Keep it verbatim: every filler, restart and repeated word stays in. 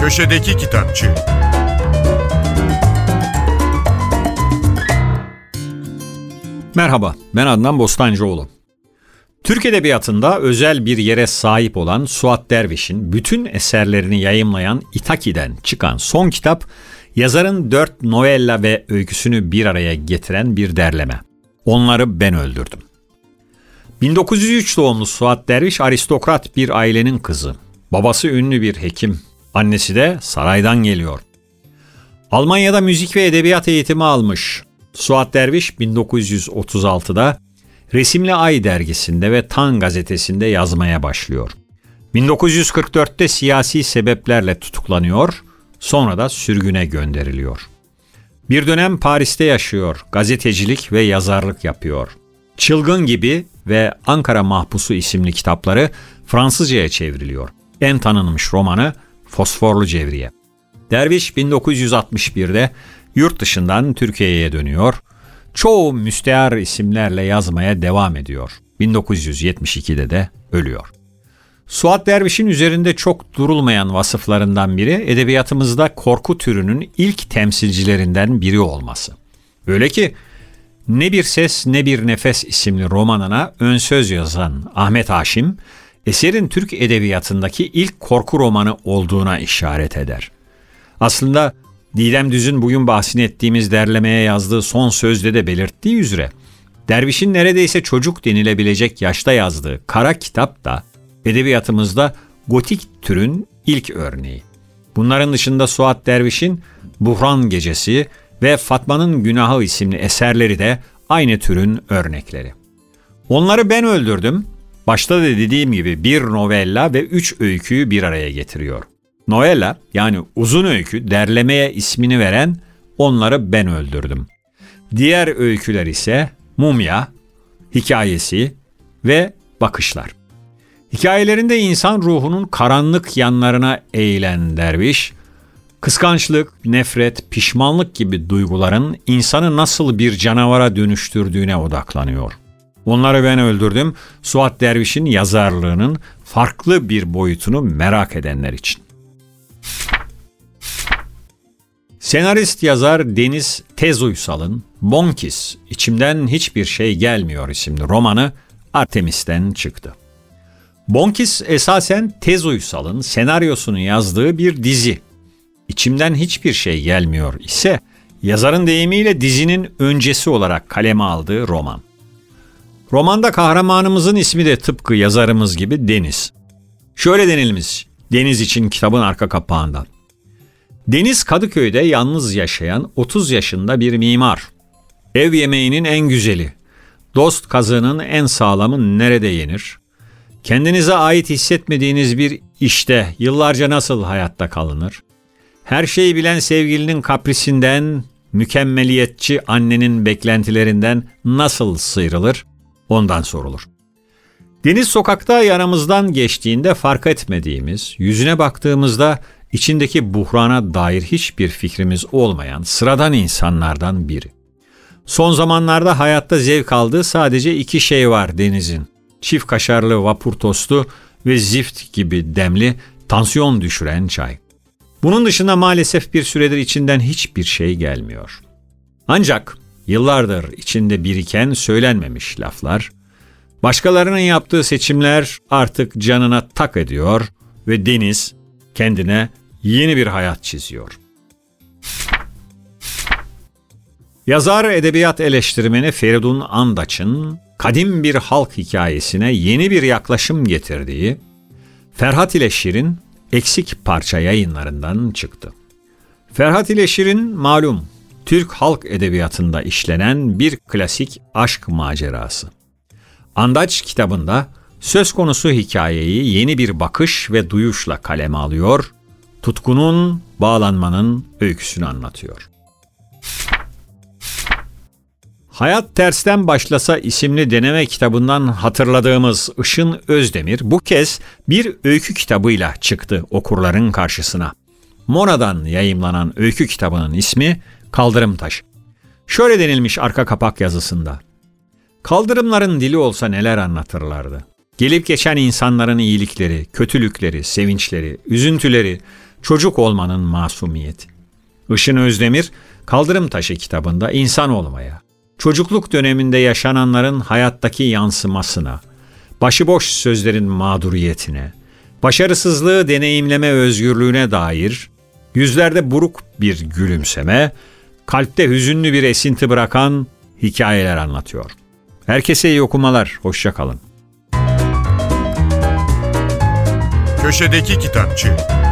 Köşedeki Kitapçı. Merhaba, ben Adnan Bostancıoğlu. Türk Edebiyatı'nda özel bir yere sahip olan Suat Derviş'in bütün eserlerini yayımlayan İtaki'den çıkan son kitap, yazarın dört novella ve öyküsünü bir araya getiren bir derleme. Onları ben öldürdüm. bin dokuz yüz üç doğumlu Suat Derviş aristokrat bir ailenin kızı. Babası ünlü bir hekim, annesi de saraydan geliyor. Almanya'da müzik ve edebiyat eğitimi almış. Suat Derviş bin dokuz yüz otuz altıda Resimli Ay dergisinde ve Tan gazetesinde yazmaya başlıyor. bin dokuz yüz kırk dörtte siyasi sebeplerle tutuklanıyor, sonra da sürgüne gönderiliyor. Bir dönem Paris'te yaşıyor, gazetecilik ve yazarlık yapıyor. Çılgın Gibi ve Ankara Mahpusu isimli kitapları Fransızca'ya çevriliyor. En tanınmış romanı Fosforlu Cevriye. Derviş bin dokuz yüz altmış birde yurt dışından Türkiye'ye dönüyor. Çoğu müstehar isimlerle yazmaya devam ediyor. bin dokuz yüz yetmiş ikide de ölüyor. Suat Derviş'in üzerinde çok durulmayan vasıflarından biri edebiyatımızda korku türünün ilk temsilcilerinden biri olması. Öyle ki Ne Bir Ses Ne Bir Nefes isimli romanına ön söz yazan Ahmet Haşim, eserin Türk edebiyatındaki ilk korku romanı olduğuna işaret eder. Aslında Didem Düz'ün bugün bahsini ettiğimiz derlemeye yazdığı son sözde de belirttiği üzere, Derviş'in neredeyse çocuk denilebilecek yaşta yazdığı Kara Kitap da edebiyatımızda gotik türün ilk örneği. Bunların dışında Suat Derviş'in Buhran Gecesi ve Fatma'nın Günahı isimli eserleri de aynı türün örnekleri. Onları ben öldürdüm, başta da dediğim gibi bir novella ve üç öyküyü bir araya getiriyor. Novella yani uzun öykü derlemeye ismini veren Onları Ben Öldürdüm. Diğer öyküler ise Mumya, Hikayesi ve Bakışlar. Hikayelerinde insan ruhunun karanlık yanlarına eğilen Derviş, kıskançlık, nefret, pişmanlık gibi duyguların insanı nasıl bir canavara dönüştürdüğüne odaklanıyor. Onları Ben Öldürdüm, Suat Derviş'in yazarlığının farklı bir boyutunu merak edenler için. Senarist yazar Deniz Tez Uysal'ın Bonkis, İçimden Hiçbir Şey Gelmiyor isimli romanı Artemis'ten çıktı. Bonkis esasen Tez Uysal'ın senaryosunu yazdığı bir dizi. İçimden Hiçbir Şey Gelmiyor ise yazarın deyimiyle dizinin öncesi olarak kaleme aldığı roman. Romanda kahramanımızın ismi de tıpkı yazarımız gibi Deniz. Şöyle denilmiş Deniz için kitabın arka kapağında. Deniz Kadıköy'de yalnız yaşayan otuz yaşında bir mimar. Ev yemeğinin en güzeli, dost kazığının en sağlamı nerede yenir? Kendinize ait hissetmediğiniz bir işte yıllarca nasıl hayatta kalınır? Her şeyi bilen sevgilinin kaprisinden, mükemmeliyetçi annenin beklentilerinden nasıl sıyrılır? Ondan sorulur. Deniz sokakta yanımızdan geçtiğinde fark etmediğimiz, yüzüne baktığımızda içindeki buhrana dair hiçbir fikrimiz olmayan sıradan insanlardan biri. Son zamanlarda hayatta zevk aldığı sadece iki şey var Deniz'in. Çift kaşarlı vapur tostu ve zift gibi demli, tansiyon düşüren çay. Bunun dışında maalesef bir süredir içinden hiçbir şey gelmiyor. Ancak yıllardır içinde biriken söylenmemiş laflar, başkalarının yaptığı seçimler artık canına tak ediyor ve Deniz kendine yeni bir hayat çiziyor. Yazar edebiyat eleştirmeni Feridun Andaç'ın kadim bir halk hikayesine yeni bir yaklaşım getirdiği Ferhat ile Şirin Eksik Parça yayınlarından çıktı. Ferhat ile Şirin malum Türk halk edebiyatında işlenen bir klasik aşk macerası. Andaç kitabında söz konusu hikayeyi yeni bir bakış ve duyuşla kaleme alıyor, tutkunun, bağlanmanın öyküsünü anlatıyor. Hayat Tersten Başlasa isimli deneme kitabından hatırladığımız Işın Özdemir bu kez bir öykü kitabıyla çıktı okurların karşısına. Mona'dan yayımlanan öykü kitabının ismi Kaldırım Taşı. Şöyle denilmiş arka kapak yazısında. Kaldırımların dili olsa neler anlatırlardı. Gelip geçen insanların iyilikleri, kötülükleri, sevinçleri, üzüntüleri, çocuk olmanın masumiyeti. Işın Özdemir, Kaldırım Taşı kitabında insan olmaya, çocukluk döneminde yaşananların hayattaki yansımasına, başıboş sözlerin mağduriyetine, başarısızlığı deneyimleme özgürlüğüne dair yüzlerde buruk bir gülümseme, kalpte hüzünlü bir esinti bırakan hikayeler anlatıyor. Herkese iyi okumalar, hoşça kalın. Köşedeki Kitapçı.